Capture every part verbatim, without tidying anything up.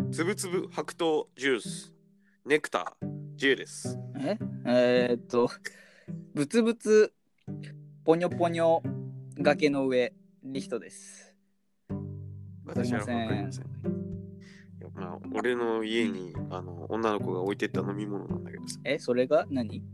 つぶつぶ白桃ジュースネクター J です。 ええー、っとブツブツポニョポニョ崖の上リヒトです。 私はわかりません。いや、まあ、俺の家に、うん、あの女の子が置いてった飲み物なんだけどさ。 え、それが何？ ん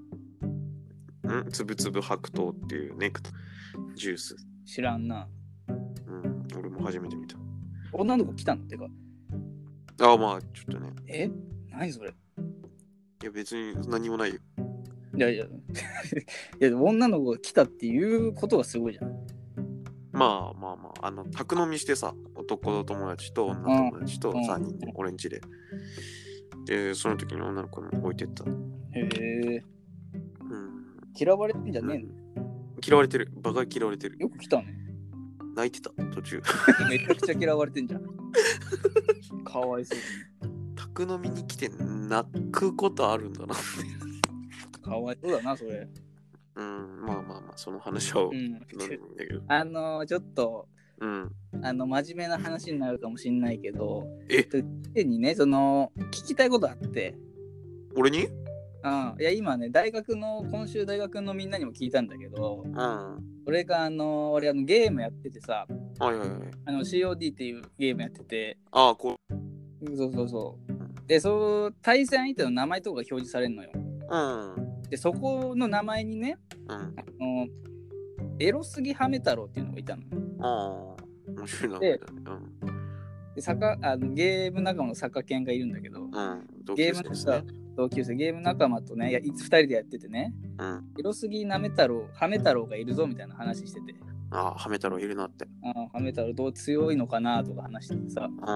つぶつぶ白桃っていうネクタージュース。 知らんな。 うん、俺も初めて見た。 女の子来たのってか。 ああ、まあ、ちょっとね。 え何それ？ いや、別に何もないよ。 いやいや、いや、女の子が来たっていうことがすごいじゃん。 まあまあまあ、あの、宅飲みしてさ、男の友達と女友達とさんにんで、俺ん家で。で、その時に女の子に置いてった。 へえ。 うん。 嫌われてんじゃねえの？ 嫌われてる。バカ嫌われてる。 よく来たね。 泣いてた、途中。 めちゃくちゃ嫌われてんじゃん。かわいそうに。 宅飲みに来て泣くことあるんだな。 かわいそうだな、それ。 うん、まあまあまあ、その話は、うん、なんだけど。 あのー、ちょっと、 うん、あの真面目な話になるかもしれないけど、 ええにね、その聞きたいことあって。 俺に？ うん、いや今ね、大学の今週大学のみんなにも聞いたんだけど、 うん、 俺があの俺あのゲームやっててさ、 はいはいはい、あの シーオーディー っていうゲームやってて、 ああこうそうそうそうで、そう対戦相手の名前とかが表示されるのよ。 うん。 でそこの名前にね、 うん、あのエロすぎハメ太郎っていうのがいたの。 ああ、面白い名前だね。うん。 でサカあのゲーム仲間のサッカー犬がいるんだけど、 うん、同級生ですね。 同級生ゲーム仲間とね、いつふたりでやっててね、うん、エロすぎなめ太郎、ハメ太郎がいるぞみたいな話してて、 ああ、ハメ太郎いるなって。 ああ、ハメ太郎どう強いのかなとか話しててさ、 うん、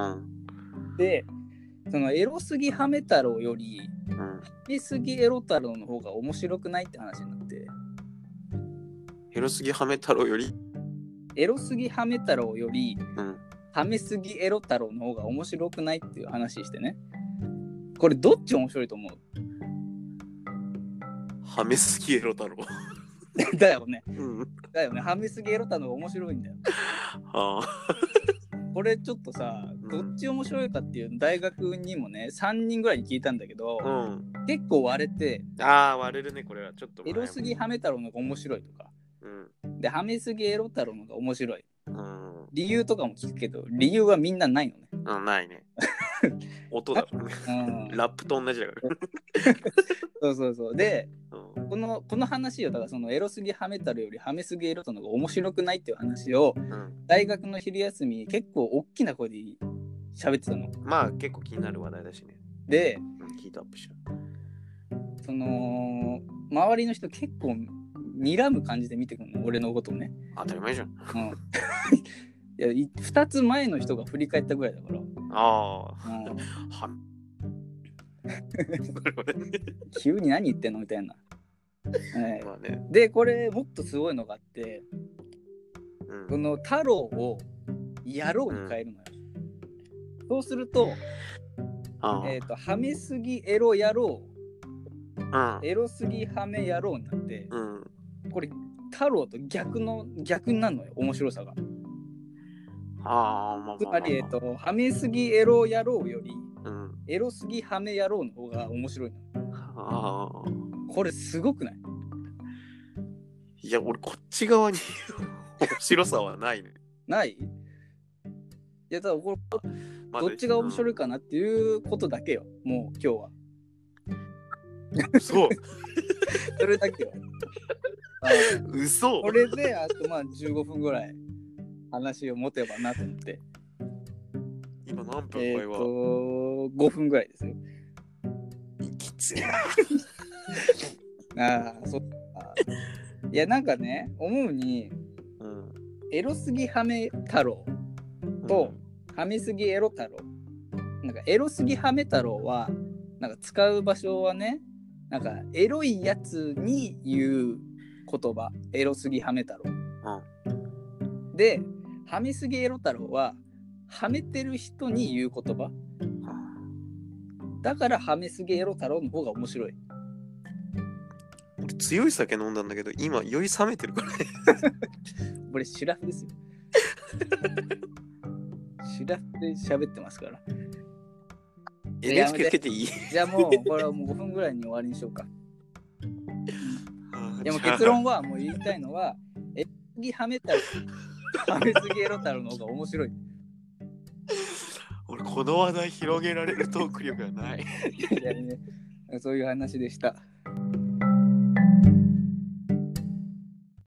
で、そのエロすぎハメ太郎より、うん、ハメすぎエロ太郎の方が面白くないって話になって、 エロすぎハメ太郎よりエロすぎハメ太郎より、うん、ハメすぎエロ太郎の方が面白くないっていう話してね。これどっち面白いと思う？ ハメすぎエロ太郎だよね、 うん、 だよね。ハメすぎエロ太郎が面白いんだよ。はあこれちょっとさ、どっち面白いかっていう大学にもねさんにんぐらいに聞いたんだけど、うん、結構割れて、 ああ割れるね。これはちょっとエロすぎハメ太郎の方が面白いとか、うん、でハメすぎエロ太郎の方が面白い、うん、理由とかも聞くけど理由はみんなないのね。 うん、ないね。音だからね、うん、ラップと同じだからそうそうそうで、うん、このこの話をだからそのエロすぎハメ太郎よりハメすぎエロ太郎の方が面白くないっていう話を、うん、大学の昼休み結構大きな声で喋ってたの。 まあ結構気になる話題だしね。 で、 うん、ヒートアップした。 その周りの人結構睨む感じで見てくるの、俺のことをね。 当たり前じゃん。 うん、いやふたつまえの人が振り返ったぐらいだから。ああ、うん、は急に何言ってんのみたいな、はい、まあね、でこれもっとすごいのがあって、うん、この太郎を野郎に変えるのよ、うん、そうすると、えーと、ハメすぎエロ野郎、うん、エロすぎハメ野郎になって、うん、これ太郎と逆の逆になるのよ、面白さが。あ、まあ、つまり、えっと、ハメすぎエロ野郎より、うん、エロすぎハメ野郎の方が面白いの。あ、これすごくない？ いや、俺こっち側に面白さはないね。 ない？いや、ただこれ、ま、どっちが面白いかなっていうことだけよ、うん、もう今日は。 そう。 それだけよ。 嘘。 これであとまあじゅうごふんぐらい話を持てばなと思って。 今何分？ えっとごふんぐらいですよ。 きついああ、そうか。いや、なんかね、思うに、うん、エロすぎハメ太郎と、うん、ハメすぎエロ太郎。なんかエロすぎハメ太郎はなんか使う場所はね、なんかエロいやつに言う言葉、エロすぎハメ太郎、うん、でハメすぎエロ太郎はハメてる人に言う言葉、うん、だからハメすぎエロ太郎の方が面白い。 俺強い酒飲んだんだけど今酔い冷めてるからねこれシラフですよシラフで喋ってますから。 エヌエイチケー つけていい？ じゃあもうこれはもうごふんぐらいに終わりにしようか。でも結論はもう言いたいのは、エロすぎはめたらはめすぎエロ太郎の方が面白い。 俺この話題広げられるトーク力がない。 いやいやね、そういう話でした。